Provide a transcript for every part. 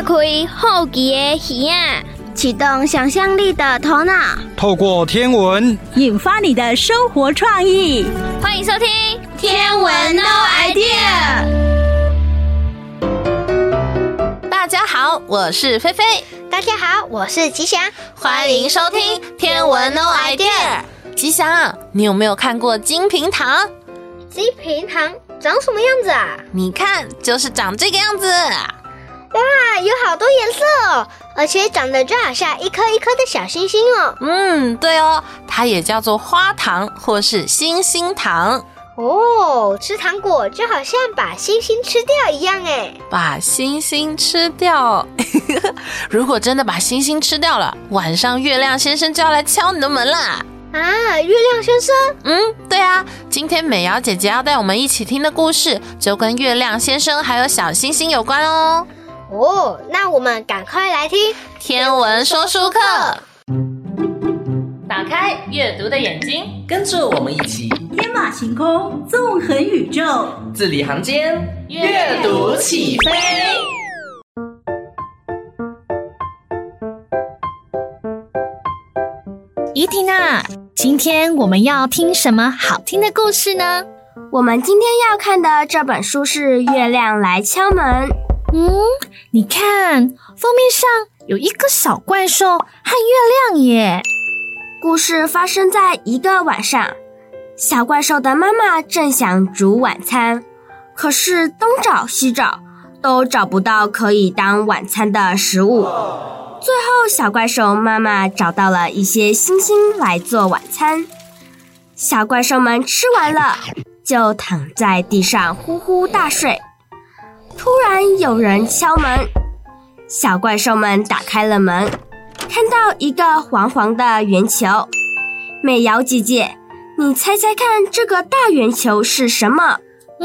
开好奇的耳啊，启动想象力的头脑， 透过天文引发你的生活创意。 欢迎收听《天文 No Idea》。 大家好，我是菲菲。 大家好，我是吉祥。 欢迎收听《天文 No Idea》。吉祥，你有没有看过金平糖？ 金平糖长什么样子啊？ 你看，就是长这个样子。 哇，有好多颜色哦，而且长得就好像一颗一颗的小星星哦。 对哦，它也叫做花糖或是星星糖。 哦，吃糖果就好像把星星吃掉一样哎。 把星星吃掉？如果真的把星星吃掉了，晚上月亮先生就要来敲你的门啦。 啊，月亮先生？ 对啊，今天美瑶姐姐要带我们一起听的故事就跟月亮先生还有小星星有关哦。 哦，那我们赶快来听天文说书课。打开阅读的眼睛， 跟着我们一起天马行空，纵横宇宙， 字里行间阅读起飞。 怡婷啊，今天我们要听什么好听的故事呢？ 我们今天要看的这本书是《月亮来敲门》。 你看封面上有一个小怪兽和月亮耶。 故事发生在一个晚上，小怪兽的妈妈正想煮晚餐，可是东找西找都找不到可以当晚餐的食物。最后小怪兽妈妈找到了一些星星来做晚餐。小怪兽们吃完了，就躺在地上呼呼大睡。突然有人敲门，小怪兽们打开了门，看到一个黄黄的圆球。美瑶姐姐，你猜猜看这个大圆球是什么？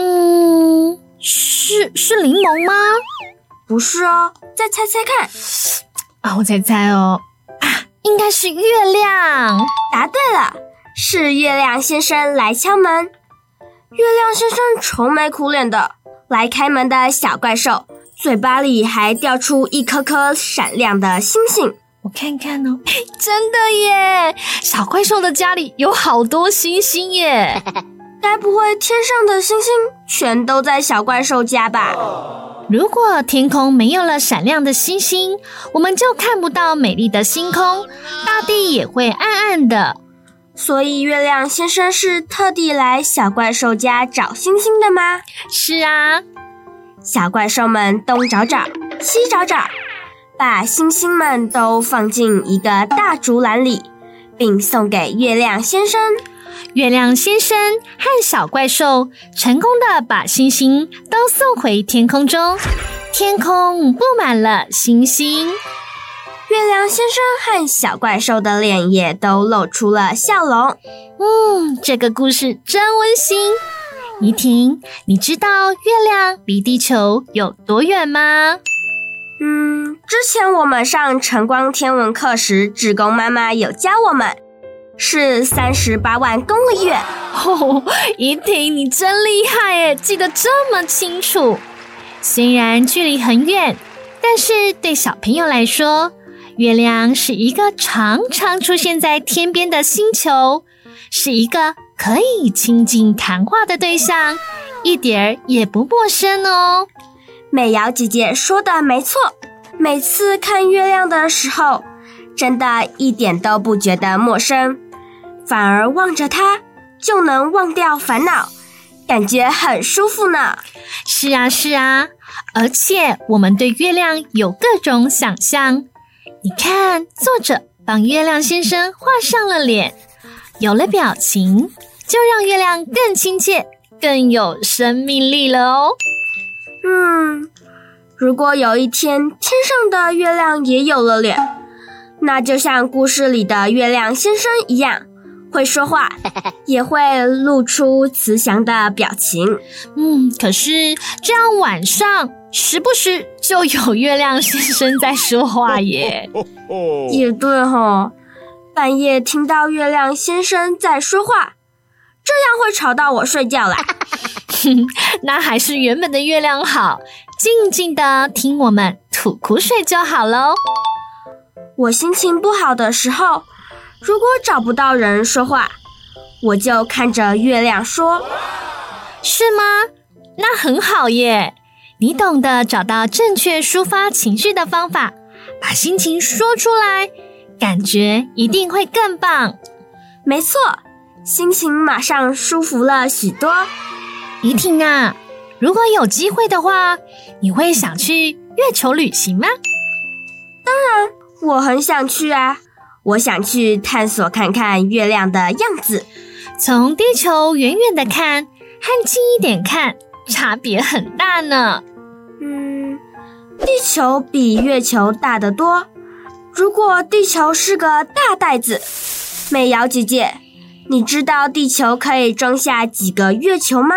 是柠檬吗？ 不是哦，再猜猜看。 我猜猜哦。应该是月亮。 答对了，是月亮先生来敲门。月亮先生愁眉苦脸的来开门的小怪兽，嘴巴里还掉出一颗颗闪亮的星星。 我看看哦，真的耶！小怪兽的家里有好多星星耶。 该不会天上的星星全都在小怪兽家吧？ 如果天空没有了闪亮的星星，我们就看不到美丽的星空，大地也会暗暗的。 所以月亮先生是特地来小怪兽家找星星的吗？ 是啊。 小怪兽们东找找西找找，把星星们都放进一个大竹篮里，并送给月亮先生。 月亮先生和小怪兽成功的把星星都送回天空中，天空布满了星星。 月亮先生和小怪兽的脸也都露出了笑容。 这个故事真温馨。怡婷，你知道月亮离地球有多远吗？ 之前我们上晨光天文课时，志工妈妈有教我们，是38万公里远。 怡婷，你真厉害耶，记得这么清楚。虽然距离很远，但是对小朋友来说，月亮是一个常常出现在天边的星球，是一个可以亲近谈话的对象，一点儿也不陌生哦。 美瑶姐姐说的没错，每次看月亮的时候，真的一点都不觉得陌生，反而望着它就能忘掉烦恼，感觉很舒服呢。 是啊，而且我们对月亮有各种想象。你看，作者帮月亮先生画上了脸，有了表情，就让月亮更亲切，更有生命力了哦。 如果有一天天上的月亮也有了脸，那就像故事里的月亮先生一样，会说话，也会露出慈祥的表情。 可是这样晚上时不时就有月亮先生在说话耶。 也对齁，半夜听到月亮先生在说话，这样会吵到我睡觉啦。 那还是原本的月亮好， 静静的听我们吐苦水就好咯。 我心情不好的时候，如果找不到人说话，我就看着月亮说。 是吗？那很好耶，你懂得找到正确抒发情绪的方法，把心情说出来，感觉一定会更棒。 没错，心情马上舒服了许多。 怡婷啊，如果有机会的话，你会想去月球旅行吗？ 当然，我很想去啊，我想去探索看看月亮的样子。 从地球远远的看和近一点看差别很大呢。 地球比月球大得多。如果地球是个大袋子，美瑶姐姐，你知道地球可以装下几个月球吗？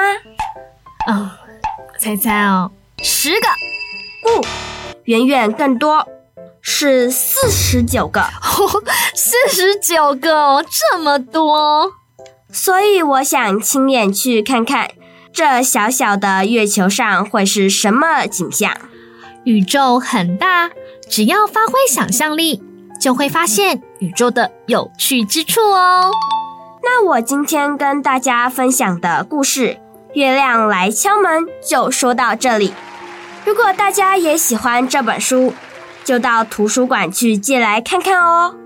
猜猜哦，10个。 不，远远更多，是49个。 49个哦，这么多。 所以我想亲眼去看看，这小小的月球上会是什么景象。 宇宙很大，只要发挥想象力，就会发现宇宙的有趣之处哦。 那我今天跟大家分享的故事《月亮来敲门》就说到这里。如果大家也喜欢这本书，就到图书馆去借来看看哦。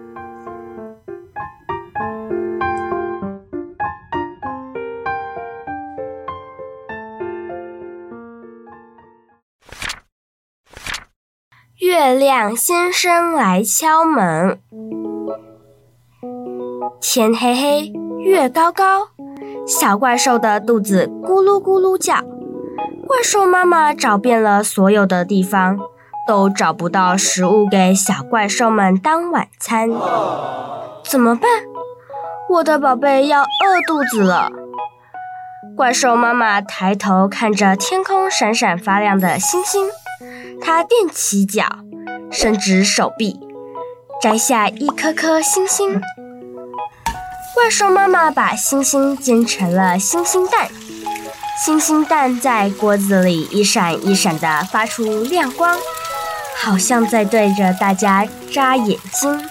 月亮先生来敲门。天黑黑，月高高，小怪兽的肚子咕噜咕噜叫。怪兽妈妈找遍了所有的地方，都找不到食物给小怪兽们当晚餐。怎么办？我的宝贝要饿肚子了。怪兽妈妈抬头看着天空闪闪发亮的星星，她踮起脚，伸直手臂，摘下一颗颗星星。怪兽妈妈把星星煎成了星星蛋，星星蛋在锅子里一闪一闪地发出亮光，好像在对着大家眨眼睛。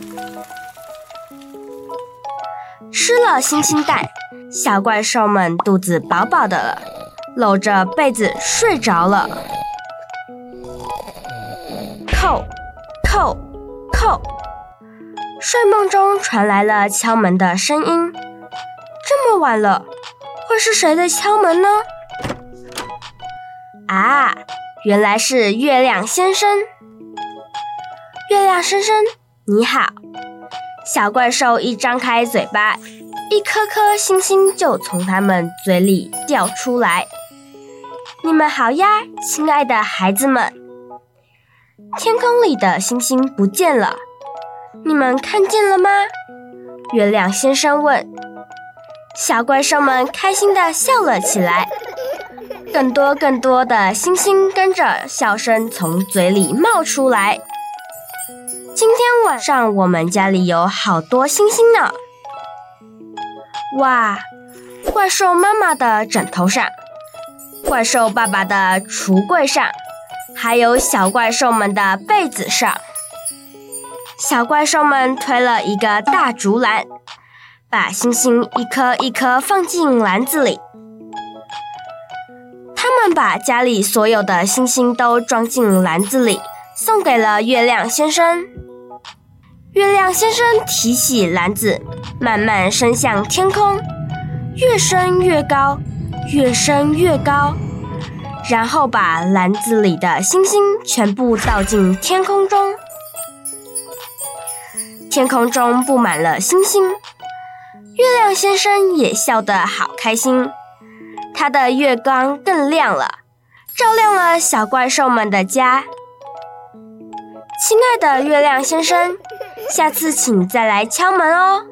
吃了星星蛋，小怪兽们肚子饱饱的了，搂着被子睡着了。叩叩叩，睡梦中传来了敲门的声音。这么晚了，会是谁在敲门呢？啊，原来是月亮先生。月亮先生，你好。小怪兽一张开嘴巴，一颗颗星星就从它们嘴里掉出来。你们好呀，亲爱的孩子们。天空里的星星不见了，你们看见了吗？月亮先生问。小怪兽们开心地笑了起来，更多的星星跟着笑声从嘴里冒出来。今天晚上我们家里有好多星星呢。哇，怪兽妈妈的枕头上，怪兽爸爸的橱柜上，还有小怪兽们的被子上。小怪兽们推了一个大竹篮，把星星一颗一颗放进篮子里。他们把家里所有的星星都装进篮子里，送给了月亮先生。月亮先生提起篮子，慢慢升向天空，越升越高，越升越高，然后把篮子里的星星全部倒进天空中。天空中布满了星星，月亮先生也笑得好开心。他的月光更亮了，照亮了小怪兽们的家。亲爱的月亮先生，下次请再来敲门哦。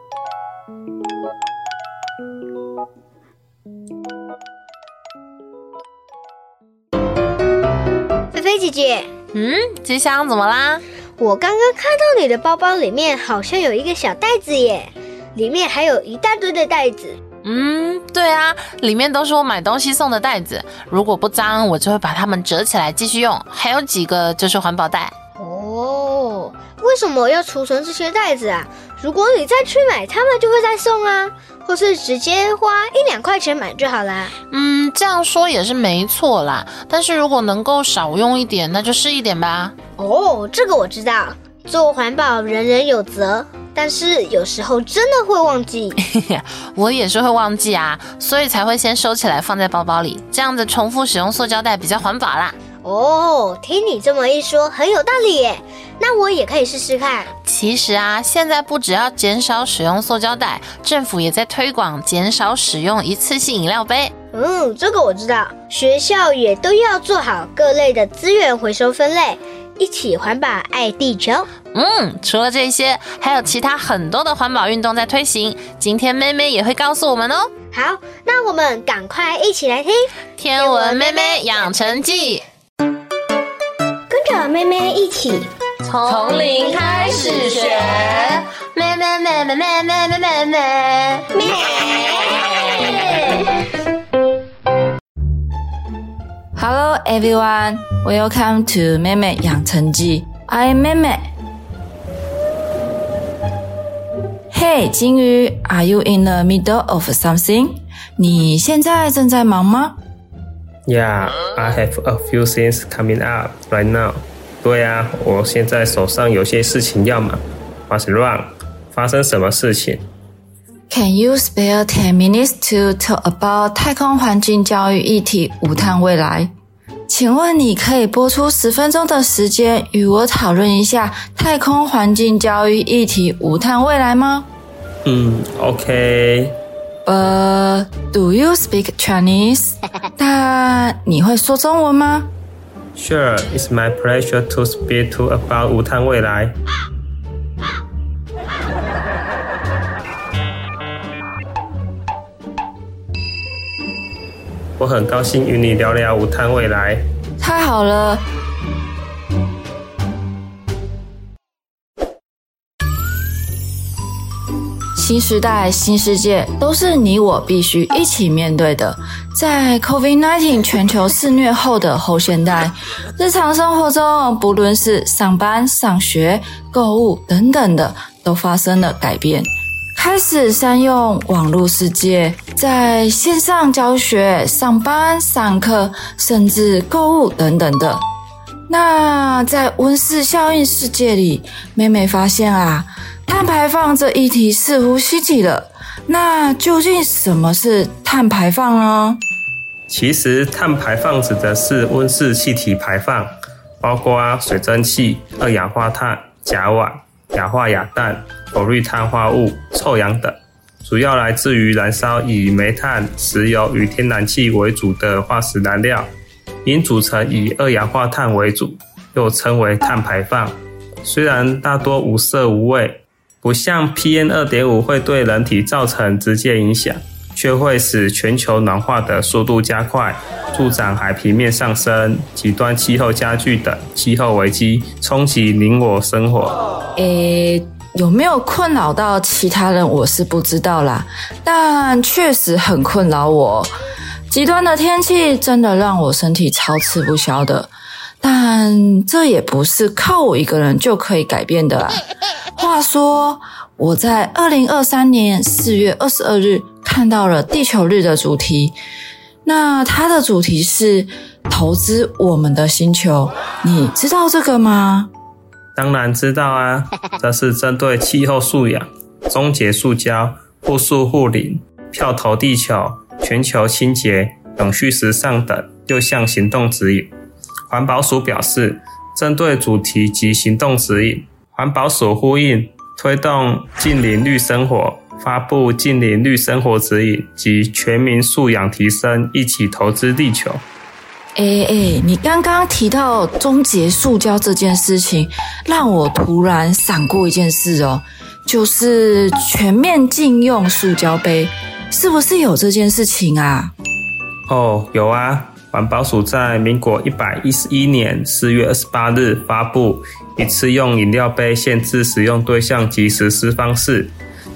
菲菲姐姐， 吉祥怎么啦？ 我刚刚看到你的包包里面好像有一个小袋子耶，里面还有一大堆的袋子， 对啊，里面都是我买东西送的袋子，如果不脏，我就会把它们折起来继续用。还有几个就是环保袋。 哦，为什么要储存这些袋子啊？如果你再去买，他们就会再送啊，或是直接花1-2块钱买就好啦。 这样说也是没错啦，但是如果能够少用一点，那就是一点吧。 哦，这个我知道，做环保人人有责，但是有时候真的会忘记。 我也是会忘记啊，所以才会先收起来放在包包里，这样子重复使用塑胶袋比较环保啦。 哦，听你这么一说，很有道理耶。那我也可以试试看。 其实啊，现在不只要减少使用塑胶袋，政府也在推广减少使用一次性饮料杯。 这个我知道，学校也都要做好各类的资源回收分类，一起环保爱地球。 除了这些，还有其他很多的环保运动在推行，今天妹妹也会告诉我们哦。 好，那我们赶快一起来听天文妹妹养成记， 跟着妹妹一起从零开始学， 妹妹妹妹妹妹妹妹妹。 Hello everyone, welcome to 妹妹养成记。I'm 妹妹。Hey 金鱼 ，Are you in the middle of something? 你现在正在忙吗？ Yeah, I have a few things coming up right now. 对啊，我现在手上有些事情要忙。What's wrong? 发生什么事情？ Can you spare 10 minutes to talk about 太空环境教育议题无碳未来？请问你可以播出10分钟的时间与我讨论一下太空环境教育议题无碳未来吗 ？OK. Do you speak Chinese? 但你会说中文吗？ Sure, it's my pleasure to speak to about 无碳未来。我很高兴与你聊聊无碳未来。 太好了。新时代、新世界都是你我必须一起面对的。在 COVID-19 全球肆虐后的后现代，日常生活中不论是上班、上学、购物等等的，都发生了改变。开始善用网络世界，在线上教学、上班、上课，甚至购物等等的。那在温室效应世界里，妹妹发现啊，碳排放这议题似乎稀奇了。那究竟什么是碳排放呢？ 其实碳排放指的是温室气体排放，包括水蒸气、二氧化碳、甲烷、氧化亚氮、氟氯碳化物、臭氧等，主要来自于燃烧以煤炭、石油与天然气为主的化石燃料，因组成以二氧化碳为主，又称为碳排放。虽然大多无色无味，不像 PM2.5 会对人体造成直接影响，却会使全球暖化的速度加快，助长海平面上升、极端气候加剧等气候危机，冲击你我生活。 有没有困扰到其他人我是不知道啦，但确实很困扰我。极端的天气真的让我身体超吃不消的，但这也不是靠我一个人就可以改变的啦。话说，我在2023年4月22日看到了地球日的主题，那它的主题是投资我们的星球，你知道这个吗？ 当然知道啊，这是针对气候素养、终结塑胶、护树护林、票投地球、全球清洁、永续时尚等6项行动指引。环保署表示，针对主题及行动指引，环保署呼应推动近邻绿生活，发布近邻绿生活指引及全民素养提升，一起投资地球。 你刚刚提到终结塑胶这件事情，让我突然闪过一件事哦，就是全面禁用塑胶杯，是不是有这件事情啊？ 有啊，环保署在民国111年4月28日发布一次用饮料杯限制使用对象及实施方式，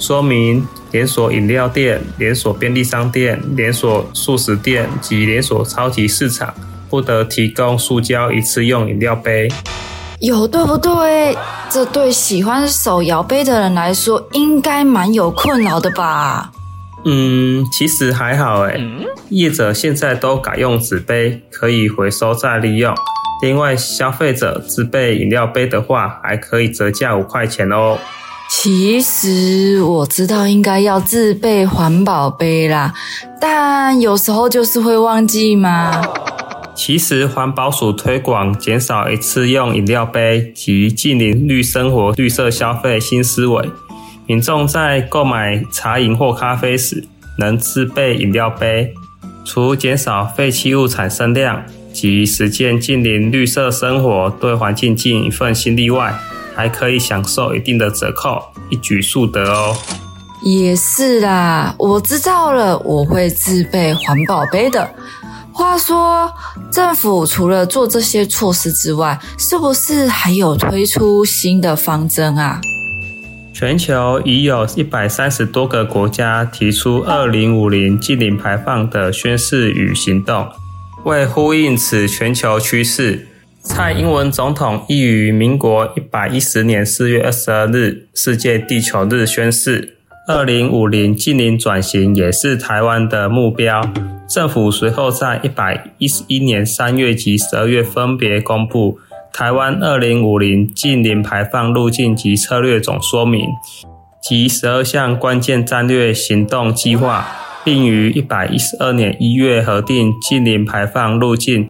说明连锁饮料店、连锁便利商店、连锁速食店及连锁超级市场不得提供塑胶一次用饮料杯。 有对不对？这对喜欢手摇杯的人来说，应该蛮有困扰的吧？ 其实还好业者现在都改用纸杯，可以回收再利用。另外，消费者自备饮料杯的话，还可以折价5块钱哦。 其实我知道应该要自备环保杯啦，但有时候就是会忘记嘛。 其实环保署推广减少一次用饮料杯及近邻绿生活绿色消费新思维，民众在购买茶饮或咖啡时能自备饮料杯，除减少废弃物产生量及实践近邻绿色生活，对环境尽一份心力外，还可以享受一定的折扣，一举数得哦。 也是啦，我知道了，我会自备环保杯的。话说，政府除了做这些措施之外，是不是还有推出新的方针啊？ 全球已有130多个国家提出2050净零排放的宣示与行动。为呼应此全球趋势，蔡英文总统亦于民国110年4月22日世界地球日宣示，2050净零转型也是台湾的目标。政府随后在111年3月及12月分别公布台湾2050净零排放路径及策略总说明及12项关键战略行动计划，并于112年1月核定净零排放路径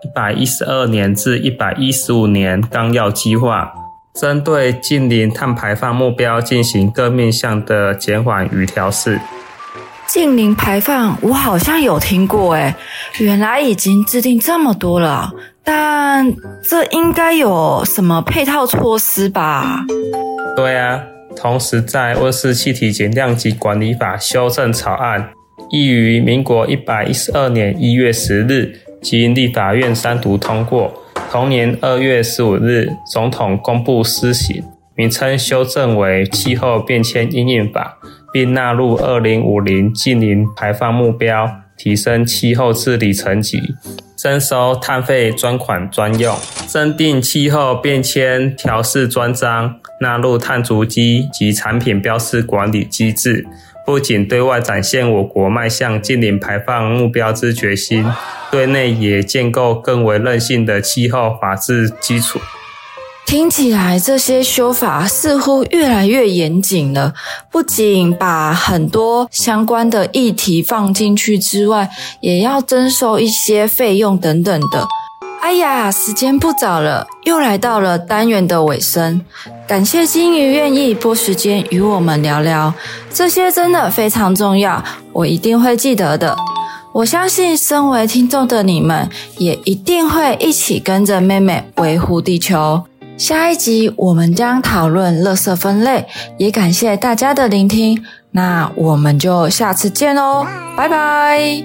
112年至115年纲要计划，针对净零碳排放目标进行各面向的减缓与调试。 净零排放我好像有听过原来已经制定这么多了，但这应该有什么配套措施吧？ 对啊，同时在温室气体减量及管理法修正草案亦于民国112年1月10日经立法院3读通过，同年2月15日总统公布施行，名称修正为气候变迁因应法，并纳入2050净零排放目标，提升气候治理层级，征收碳费专款专用，增订气候变迁调试专章，纳入碳足迹及产品标示管理机制，不仅对外展现我国迈向净零排放目标之决心，对内也建构更为韧性的气候法治基础。 听起来这些修法似乎越来越严谨了，不仅把很多相关的议题放进去之外，也要征收一些费用等等的。哎呀，时间不早了，又来到了单元的尾声。感谢金鱼愿意拨时间与我们聊聊，这些真的非常重要，我一定会记得的。我相信身为听众的你们也一定会一起跟着妹妹维护地球。下一集我们将讨论垃圾分类，也感谢大家的聆听，那我们就下次见咯，拜拜。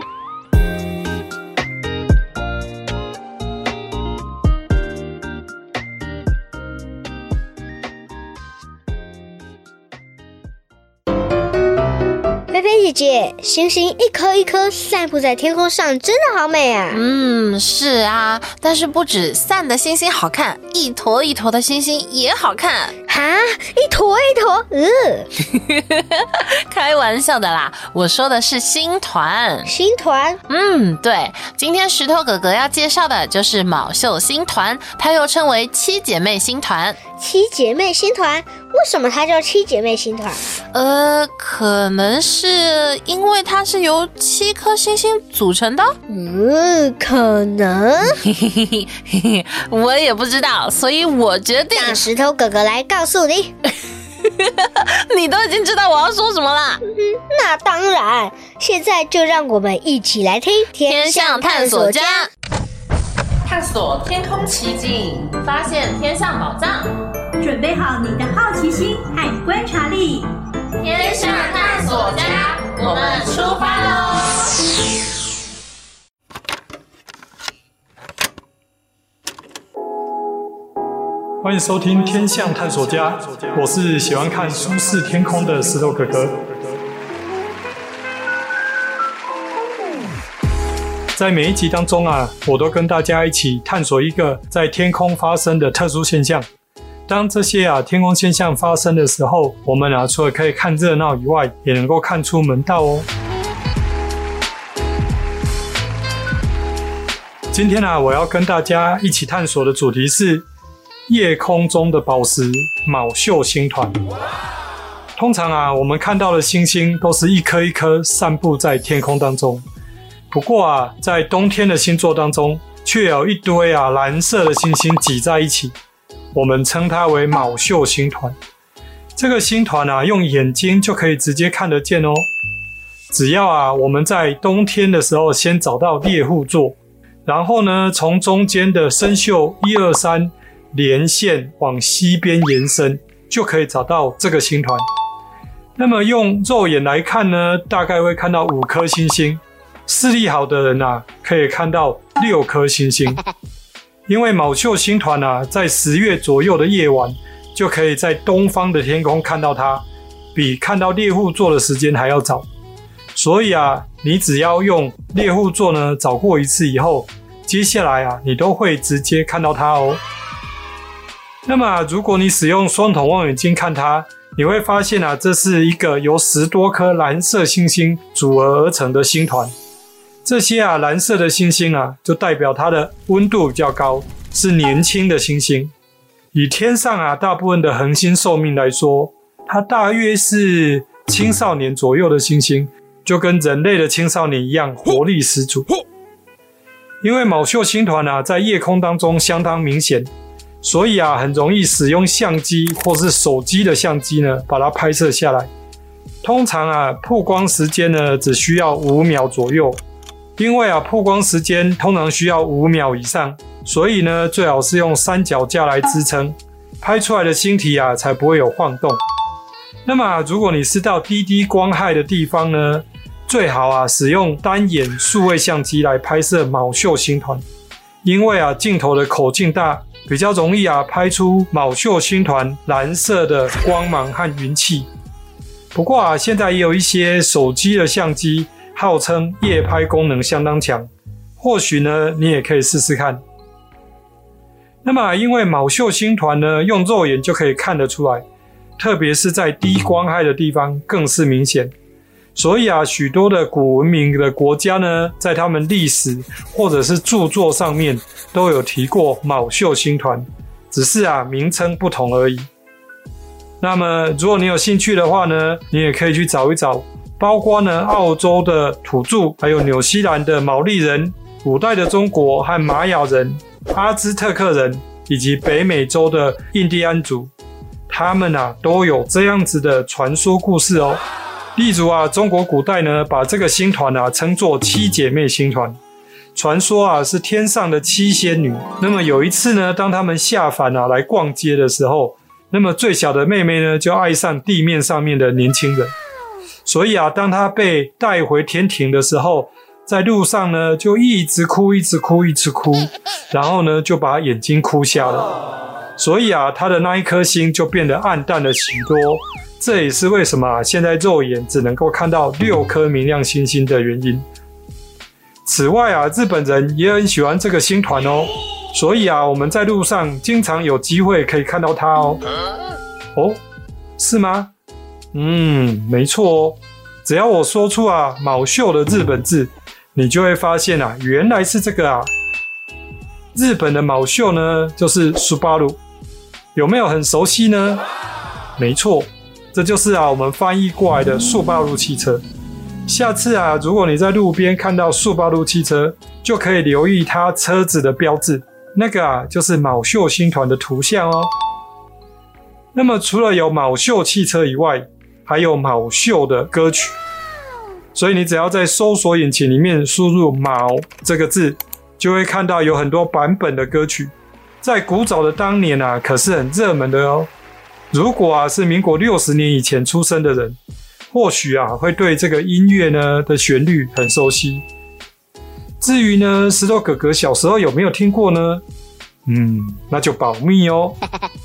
菲菲姐姐，星星一颗一颗散布在天空上，真的好美啊！ 是啊，但是不止散的星星好看，一坨一坨的星星也好看。 哈，一坨一坨， 开玩笑的啦，我说的是星团。 星团？ 对，今天石头哥哥要介绍的就是卯宿星团，它又称为七姐妹星团。 七姐妹星团？为什么它叫七姐妹星团？ 可能是因为它是由7颗星星组成的。 可能。 我也不知道，所以我决定让石头哥哥来告诉你。 你都已经知道我要说什么啦。 那当然，现在就让我们一起来听天象探索家， 探索天空奇景， 发现天上宝藏， 准备好你的好奇心和观察力。 天象探索家，我们出发喽！ 欢迎收听天象探索家，我是喜欢看舒适天空的石头哥哥。在每一集当中啊，我都跟大家一起探索一个在天空发生的特殊现象。当这些天空现象发生的时候，我们除了可以看热闹以外，也能够看出门道哦。今天我要跟大家一起探索的主题是夜空中的宝石昴宿星团。通常我们看到的星星都是一颗一颗散布在天空当中。不过在冬天的星座当中，却有一堆蓝色的星星挤在一起，我们称它为昴宿星团。这个星团用眼睛就可以直接看得见哦。只要我们在冬天的时候先找到猎户座，然后呢从中间的生宿1、2、3连线往西边延伸，就可以找到这个星团。那么用肉眼来看呢，大概会看到5颗星星。视力好的人可以看到6颗星星。因为昴宿星团在10月左右的夜晚，就可以在东方的天空看到它，比看到猎户座的时间还要早。所以你只要用猎户座呢找过一次以后，接下来你都会直接看到它哦。那么如果你使用双筒望远镜看它，你会发现这是一个由10多颗蓝色星星组合而成的星团。这些蓝色的星星就代表它的温度比较高，是年轻的星星。以天上大部分的恒星寿命来说，它大约是青少年左右的星星，就跟人类的青少年一样活力十足。因为昴宿星团在夜空当中相当明显，所以很容易使用相机或是手机的相机呢把它拍摄下来。通常曝光时间呢只需要5秒左右。因为曝光时间通常需要5秒以上，所以呢最好是用三脚架来支撑，拍出来的星体才不会有晃动。那么如果你是到低光害的地方呢，最好使用单眼数位相机来拍摄昴宿星团。因为镜头的口径大，比较容易拍出昴宿星团蓝色的光芒和云气。不过现在也有一些手机的相机号称夜拍功能相当强，或许呢你也可以试试看。那么因为昴宿星团呢用肉眼就可以看得出来，特别是在低光害的地方更是明显。所以许多的古文明的国家呢，在他们历史或者是著作上面都有提过昴宿星团，只是名称不同而已。那么如果你有兴趣的话呢，你也可以去找一找，包括呢澳洲的土著，还有纽西兰的毛利人，古代的中国和玛雅人、阿兹特克人，以及北美洲的印第安族，他们都有这样子的传说故事哦。例如中国古代呢把这个星团称作7姐妹星团，传说是天上的7仙女。那么有一次呢，当他们下凡来逛街的时候，那么最小的妹妹呢就爱上地面上面的年轻人。所以当他被带回天庭的时候，在路上呢就一直哭，然后呢就把眼睛哭瞎了。所以他的那一颗星就变得暗淡了许多。这也是为什么现在肉眼只能够看到6颗明亮星星的原因。此外日本人也很喜欢这个星团哦，所以我们在路上经常有机会可以看到它哦。哦，是吗？没错哦。只要我说出昴宿的日本字，你就会发现原来是这个日本的昴宿呢就是苏巴鲁。有没有很熟悉呢？没错，这就是我们翻译过来的速巴路汽车。下次如果你在路边看到速巴路汽车，就可以留意它车子的标志，那个就是昴宿星团的图像哦。那么除了有昴宿汽车以外，还有昴宿的歌曲。所以你只要在搜索引擎里面输入昴这个字，就会看到有很多版本的歌曲。在古早的当年可是很热门的哦。如果是民国60年以前出生的人，或许会对这个音乐呢的旋律很熟悉。至于呢石头哥哥小时候有没有听过呢？那就保密哦。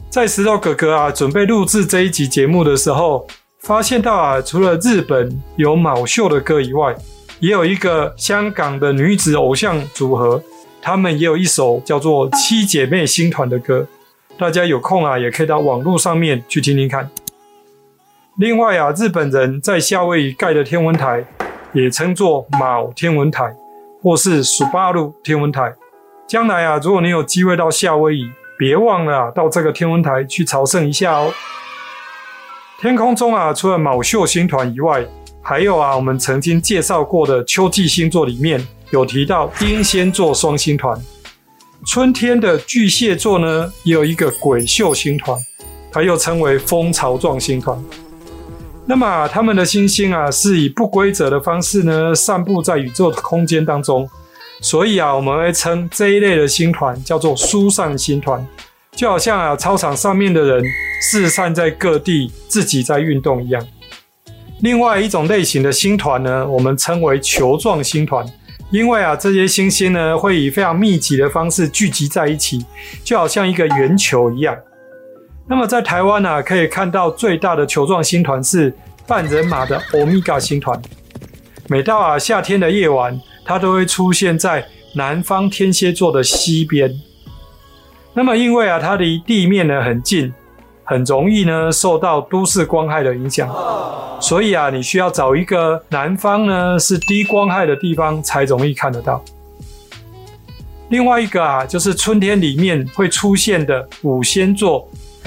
在石头哥哥啊准备录制这一集节目的时候，发现到啊，除了日本有卯秀的歌以外，也有一个香港的女子偶像组合，他们也有一首叫做《七姐妹星团》的歌，大家有空啊也可以到网络上面去听听看。另外啊，日本人在夏威夷盖的天文台也称作卯天文台或是苏巴鲁天文台。将来啊，如果你有机会到夏威夷，别忘了啊，到这个天文台去朝圣一下哦。天空中啊，除了卯秀星团以外，还有啊，我们曾经介绍过的秋季星座里面有提到英仙座双星团。春天的巨蟹座呢，也有一个鬼宿星团，它又称为蜂巢状星团。那么它们的星星啊，是以不规则的方式呢，散布在宇宙的空间当中，所以啊，我们会称这一类的星团叫做疏散星团，就好像啊，操场上面的人四散在各地，自己在运动一样。另外一种类型的星团呢，我们称为球状星团，因为啊，这些星星呢会以非常密集的方式聚集在一起，就好像一个圆球一样。那么在台湾啊，可以看到最大的球状星团是半人马的欧米伽星团。每到啊夏天的夜晚，它都会出现在南方天蝎座的西边。那么因为啊，它离地面呢很近，很容易呢受到都市光害的影响，所以啊，你需要找一个南方呢是低光害的地方才容易看得到。另外一个啊，就是春天里面会出现的五仙座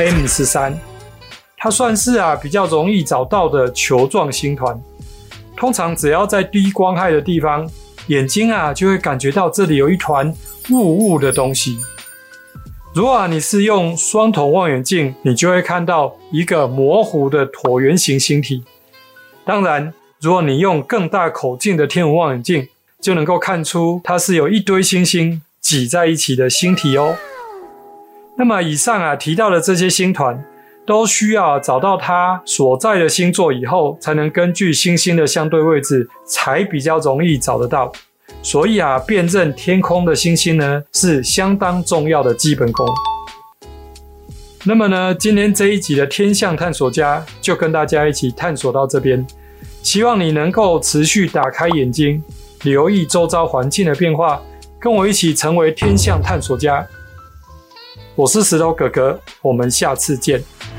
M13， 它算是啊比较容易找到的球状星团。通常只要在低光害的地方，眼睛啊就会感觉到这里有一团雾雾的东西。如果你是用双筒望远镜，你就会看到一个模糊的椭圆形星体。当然，如果你用更大口径的天文望远镜，就能够看出它是有一堆星星挤在一起的星体哦。那么以上啊提到的这些星团，都需要找到它所在的星座以后，才能根据星星的相对位置，才比较容易找得到。所以啊，辨认天空的星星呢，是相当重要的基本功。那么呢，今天这一集的天象探索家就跟大家一起探索到这边，希望你能够持续打开眼睛，留意周遭环境的变化，跟我一起成为天象探索家。我是石头哥哥，我们下次见。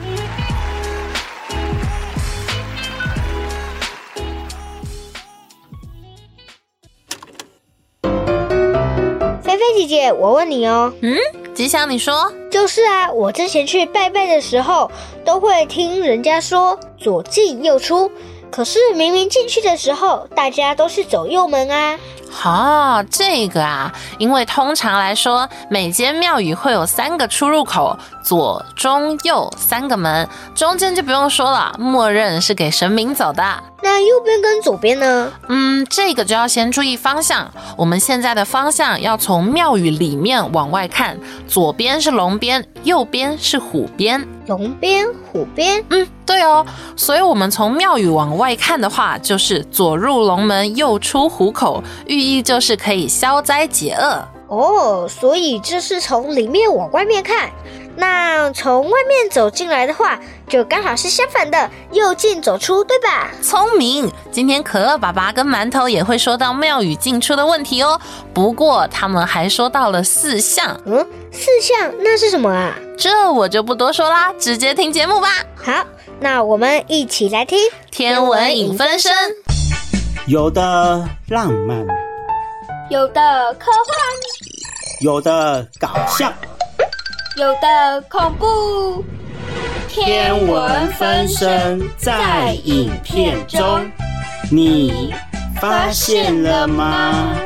菲菲姐姐，我问你哦。 吉祥你说。 就是啊，我之前去拜拜的时候，都会听人家说左进右出，可是明明进去的时候，大家都是走右门啊。 这个啊，因为通常来说，每间庙宇会有3个出入口，左、中、右3个门，中间就不用说了，默认是给神明走的。 那右边跟左边呢？ 这个就要先注意方向。我们现在的方向要从庙宇里面往外看，左边是龙边，右边是虎边。 龙边、虎边？ 对哦。所以我们从庙宇往外看的话，就是左入龙门，右出虎口，寓意就是可以消灾解厄。 哦，所以这是从里面往外面看。那从外面走进来的话，就刚好是相反的，右进左出，对吧？ 聪明！今天可乐爸爸跟馒头也会说到庙宇进出的问题哦。不过他们还说到了4项。 4项那是什么啊？ 这我就不多说啦，直接听节目吧。 好，那我们一起来听天文影分身。 有的浪漫， 有的科幻， 有的搞笑， 有的恐怖。 天文分身在影片中，你发现了吗？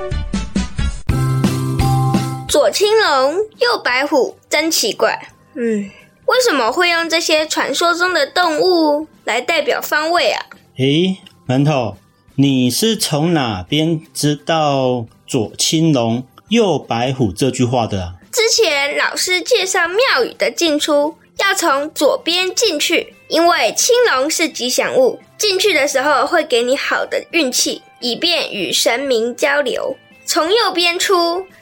左青龙，右白虎，真奇怪。为什么会用这些传说中的动物来代表方位啊？ 馒头，你是从哪边知道左青龙，右白虎这句话的啊？ 之前老师介绍庙宇的进出要从左边进去，因为青龙是吉祥物，进去的时候会给你好的运气，以便与神明交流。从右边出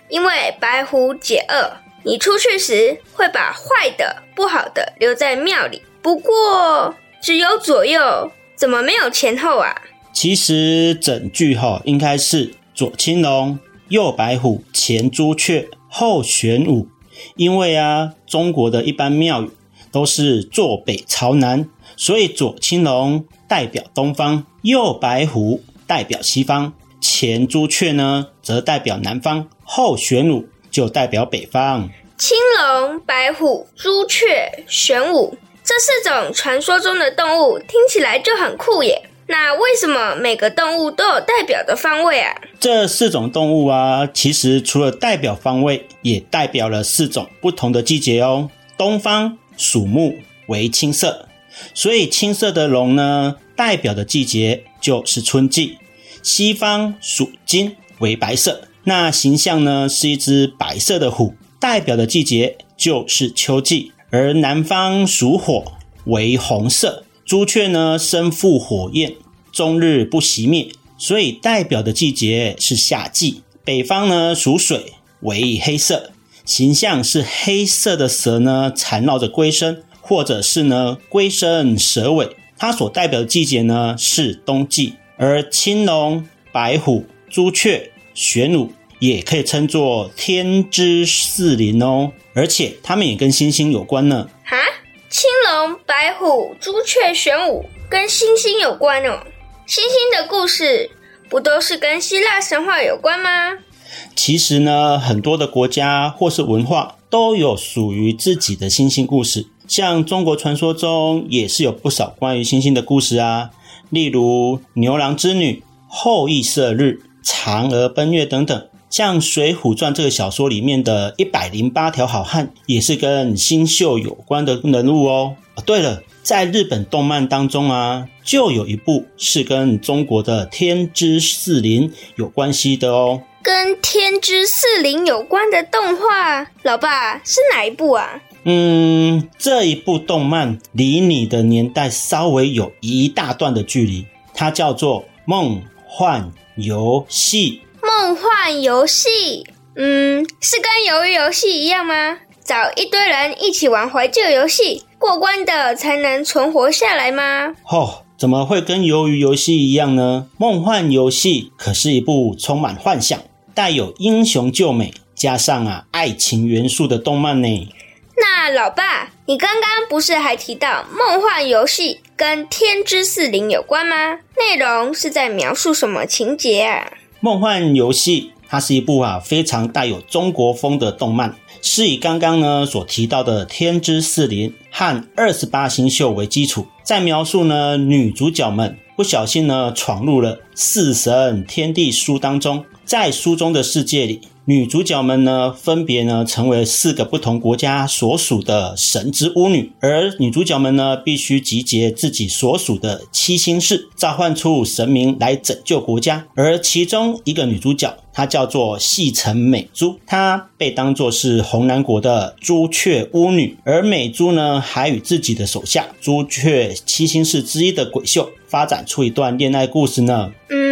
因为白虎解厄，你出去时会把坏的、不好的留在庙里。不过只有左右，怎么没有前后啊？ 其实整句应该是左青龙，右白虎，前朱雀，后玄武。因为中国的一般庙宇都是坐北朝南，所以左青龙代表东方，右白虎代表西方，前朱雀呢则代表南方，后玄武就代表北方。 青龙、白虎、朱雀、玄武，这4种传说中的动物听起来就很酷耶。那为什么每个动物都有代表的方位啊？ 这4种动物其实除了代表方位，也代表了4种不同的季节哦。东方属木为青色，所以青色的龙呢，代表的季节就是春季。西方属金为白色，那形象呢是一只白色的虎，代表的季节就是秋季。而南方属火为红色，朱雀呢身负火焰，终日不熄灭，所以代表的季节是夏季。北方呢属水为黑色，形象是黑色的蛇呢缠绕着龟身，或者是呢龟身蛇尾，它所代表的季节呢是冬季。而青龙、白虎、朱雀、玄武也可以称作天之4灵哦，而且它们也跟星星有关呢。 哈？青龙、白虎、朱雀、玄武跟星星有关哦？星星的故事不都是跟希腊神话有关吗？ 其实呢，很多的国家或是文化都有属于自己的星星故事，像中国传说中也是有不少关于星星的故事啊，例如牛郎织女、后羿射日、嫦娥奔月等等。像《水浒传》这个小说里面的108条好汉也是跟星宿有关的人物哦。对了，在日本动漫当中就有一部是跟中国的天之4灵有关系的哦。 跟天之4灵有关的动画，老爸是哪一部啊？ 这一部动漫离你的年代稍微有一大段的距离，它叫做《梦幻游戏》。 梦幻游戏，是跟鱿鱼游戏一样吗？找一堆人一起玩怀旧游戏，过关的才能存活下来吗？ 怎么会跟鱿鱼游戏一样呢？梦幻游戏可是一部充满幻想，带有英雄救美，加上爱情元素的动漫呢。 那老爸，你刚刚不是还提到梦幻游戏跟天之4灵有关吗？内容是在描述什么情节啊？ 梦幻游戏它是一部非常带有中国风的动漫，是以刚刚呢所提到的天之4灵和28星宿为基础，在描述呢女主角们不小心呢闯入了4神天地书当中，在书中的世界里，女主角们呢分别呢成为4个不同国家所属的神之巫女，而女主角们呢必须集结自己所属的7星士，召唤出神明来拯救国家。而其中一个女主角，她叫做细城美珠，她被当作是红南国的朱雀巫女，而美珠呢还与自己的手下朱雀7星士之一的鬼秀发展出一段恋爱故事呢。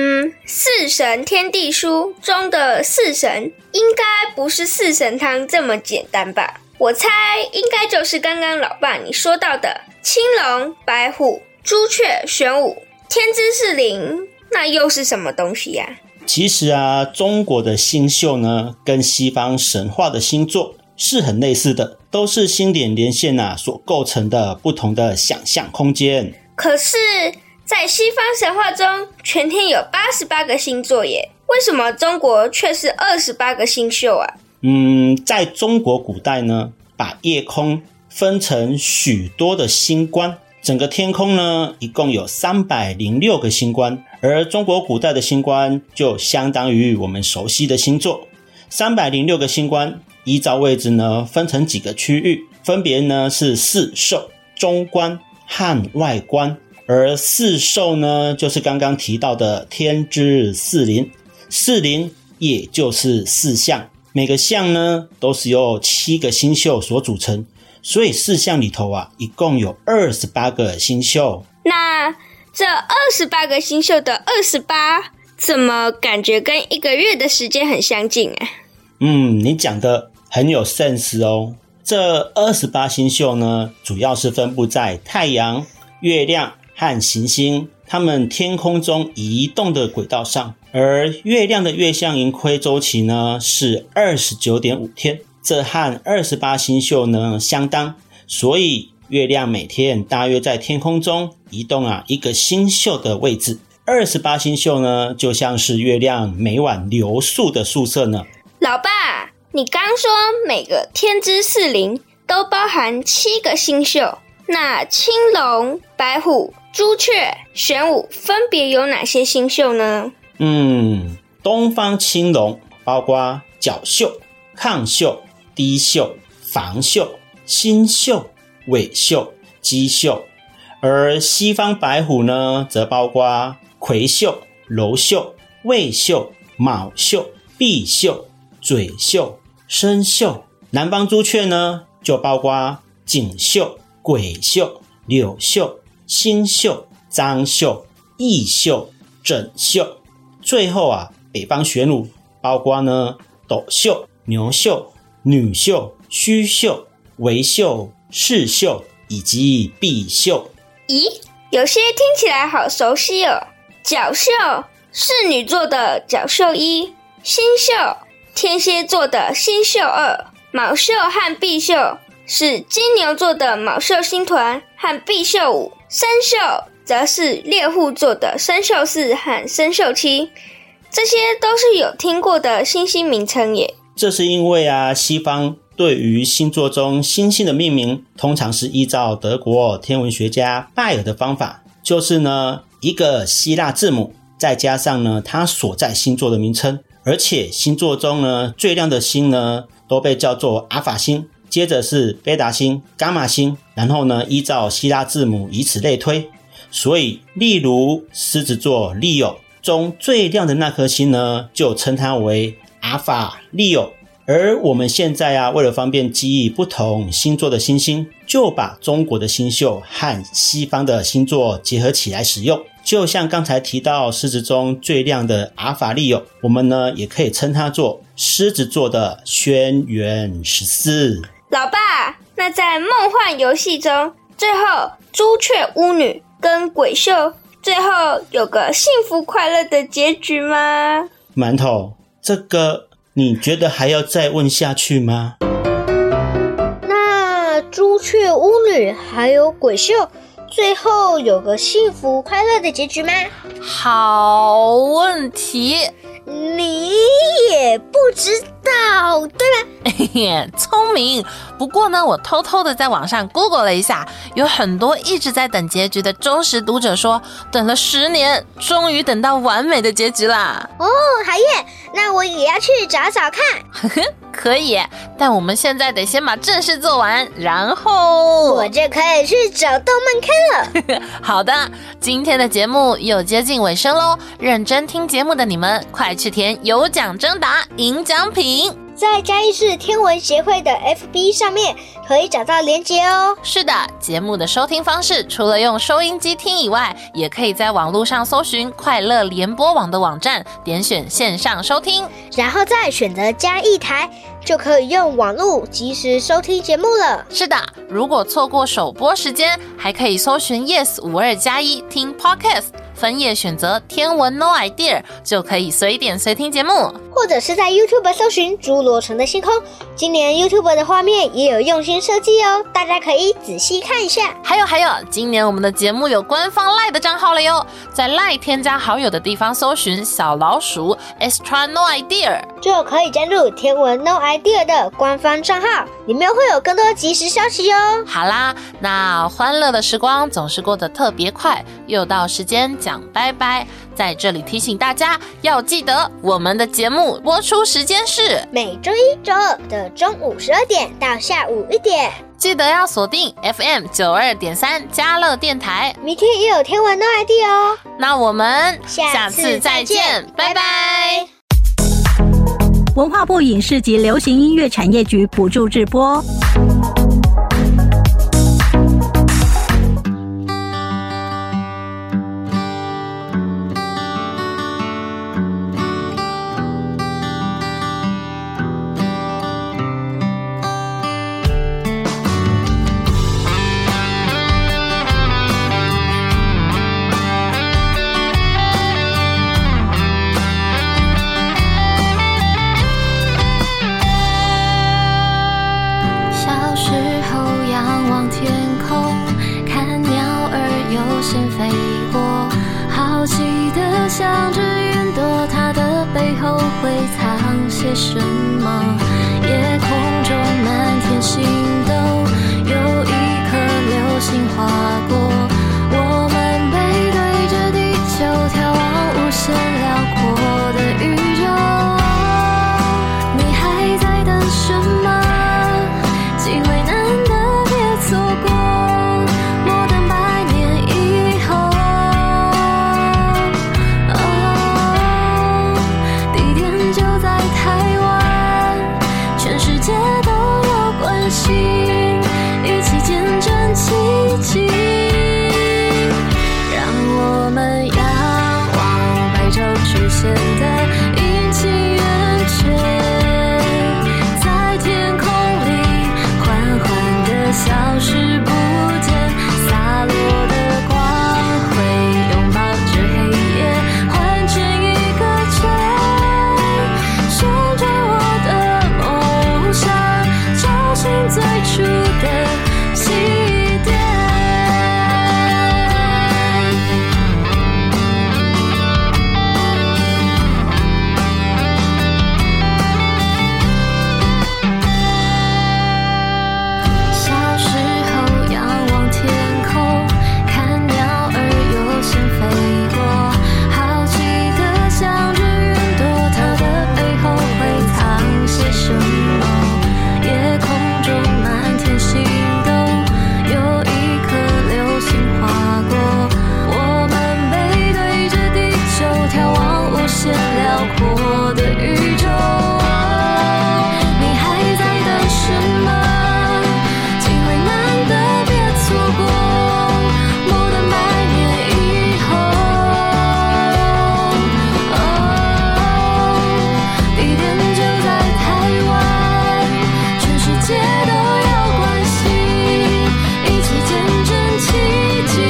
4神天地书中的4神应该不是4神汤这么简单吧？我猜应该就是刚刚老爸你说到的青龙、白虎、朱雀、玄武、天之4灵，那又是什么东西呀？ 其实中国的星宿呢跟西方神话的星座是很类似的，都是星点连线所构成的不同的想象空间。 可是在西方神话中，全天有88个星座耶，为什么中国却是28个星宿啊？ 在中国古代呢，把夜空分成许多的星官，整个天空呢一共有306个星官，而中国古代的星官就相当于我们熟悉的星座。306个星官依照位置呢分成几个区域，分别呢是4宿、中官和外官。而4宿呢就是刚刚提到的天之4灵，4灵也就是4象，每个象呢都是由7个星宿所组成，所以4象里头一共有28个星宿。 那这28个星宿的28怎么感觉跟1个月的时间很相近啊？ 你讲的很有 sense 哦。这28星宿呢，主要是分布在太阳、月亮和行星它们天空中移动的轨道上，而月亮的月相盈亏周期呢是 29.5 天，这和28星宿呢相当，所以月亮每天大约在天空中移动一个星宿的位置。28星宿呢就像是月亮每晚流宿的宿舍呢。 老爸，你刚说每个天之四灵都包含7个星宿，那青龙、白虎、朱雀、玄武分别有哪些星宿呢？ 东方青龙包括角宿、亢宿、低宿、房宿、星宿、尾宿、鸡宿，而西方白虎呢则包括魁宿、楼宿、未宿、卯宿、赑宿、嘴宿、申宿。南方朱雀呢就包括锦宿、癸宿、柳宿、辛宿、张宿、乙宿、枕宿。最后北方玄武包括呢斗宿、牛宿、女宿、戌宿、为宿、巳宿以及赑宿。 咦，有些听起来好熟悉哦。角宿是女座的角宿1，星宿天蝎座的星宿2，卯宿和赑宿是金牛座的卯宿星团和赑宿5，生宿则是猎户座的生宿4和生宿7，这些都是有听过的星星名称耶。 这是因为西方对于星座中星星的命名通常是依照德国天文学家拜尔的方法，就是呢一个希腊字母再加上呢它所在星座的名称，而且星座中呢最亮的星呢都被叫做阿法星，接着是贝塔星、伽马星，然后呢依照希腊字母以此类推。所以例如狮子座 Leo 中最亮的那颗星呢就称它为阿法 Leo。而我们现在为了方便记忆不同星座的星星，就把中国的星宿和西方的星座结合起来使用。就像刚才提到狮子中最亮的阿法利欧，我们呢也可以称它做狮子座的轩辕14。 老爸，那在梦幻游戏中，最后朱雀巫女跟鬼宿最后有个幸福快乐的结局吗？ 馒头，这个你觉得还要再问下去吗？ 那朱雀巫女还有鬼宿最后有个幸福快乐的结局吗？ 好问题， 你也不知道对吗？聪明。不过呢，我偷偷的在网上 Google 了一下，有很多一直在等结局的忠实读者说，等了10年，终于等到完美的结局啦。 哦，好耶，那我也要去找找看。 可以，但我们现在得先把正事做完，然后我就可以去找动漫看了。 好的，今天的节目又接近尾声咯，认真听节目的你们快去填有奖征答赢奖品， 在嘉义市天文协会的 FB 上面可以找到连结哦。 是的，节目的收听方式除了用收音机听以外，也可以在网络上搜寻快乐联播网的网站，点选线上收听， 然后再选择嘉义台，就可以用网络即时收听节目了。 是的，如果错过首播时间，还可以搜寻 Yes52+1 听 Podcast， 分页选择天文 No Idea， 就可以随点随听节目， 或者是在 YouTube 搜寻侏罗城的星空，今年 YouTube 的画面也有用心设计哦，大家可以仔细看一下。 还有，今年我们的节目有官方 LINE 的账号了哟，在 LINE 添加好友的地方搜寻小老鼠 Extra No Idea， 就可以加入天文 No Idea 的官方账号，里面会有更多即时消息哦。 好啦，那欢乐的时光总是过得特别快，又到时间讲拜拜。在这里提醒大家要记得，我们的节目播出时间是每周1、周2的中午12点到下午1点， 记得要锁定 FM 92.3嘉乐电台。 明天也有天文 No Idea 哦。 那我们下次再见，拜拜。 文化部影视及流行音乐产业局补助制播。 时候仰望天空，看鸟儿悠闲飞过，好奇地想着云朵它的背后会藏些什么。夜空中满天星斗，有一颗流星划过，我们背对着地球眺望无限辽阔的宇宙。你还在等什么？机会难得别错过，莫等100年以后。地点就在台湾，全世界都有关系，一起见证奇迹。让我们仰望白昼出现的阴晴圆缺，在天空里缓缓地消失不见，洒落的光辉拥抱着黑夜，换成一个圈，旋转我的梦想，找寻最初的起点。小时候仰望天空，看鸟儿悠闲飞过，好奇地想着云朵它的背后会藏些什么。夜空中满天星斗，有一颗流星划过，我们背对着地球眺望无限辽阔的宇宙。你还在等什么？机会难得别错过，莫等100年以后。地点就在台湾，全世界都有关系，一起见证奇迹。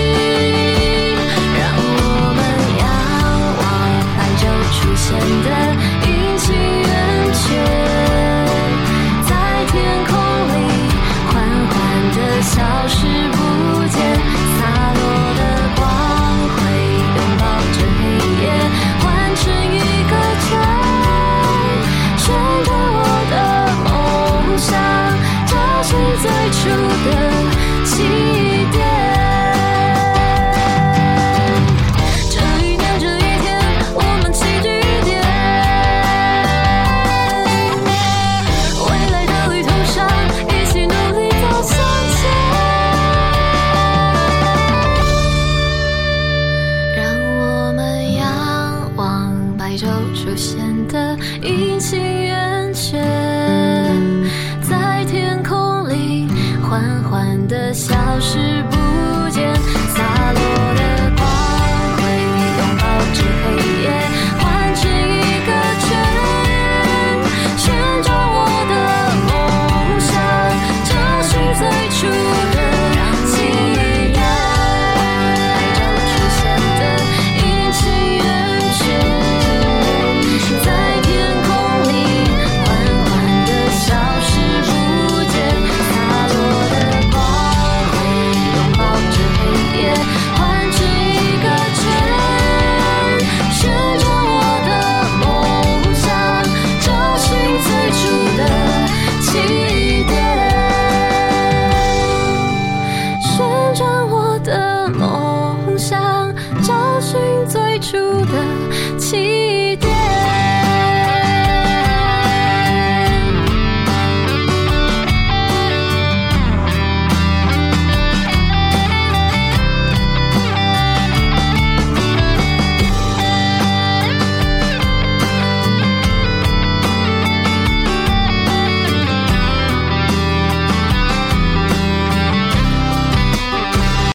让我们仰望白昼出现的阴晴圆缺，在天空里缓缓地消失不见，洒落的光辉拥抱着黑夜，换成一个圈，旋转我的梦想，找寻最初的起点。这一年这一天，我们齐聚一点，未来的旅途上，一起努力走向前。让我们仰望白昼出现的阴晴圆缺，在天空里缓缓地消失不见，洒落的光辉拥抱着黑夜，换成一个圈，旋转我的梦想，找寻最初的起点。白昼出现的阴晴圆缺，在天空里缓缓地消失不见，洒落的光辉拥抱着黑夜，换成一个圈，旋转我的梦想，找寻最初的起点。旋转我的梦想，找寻最初的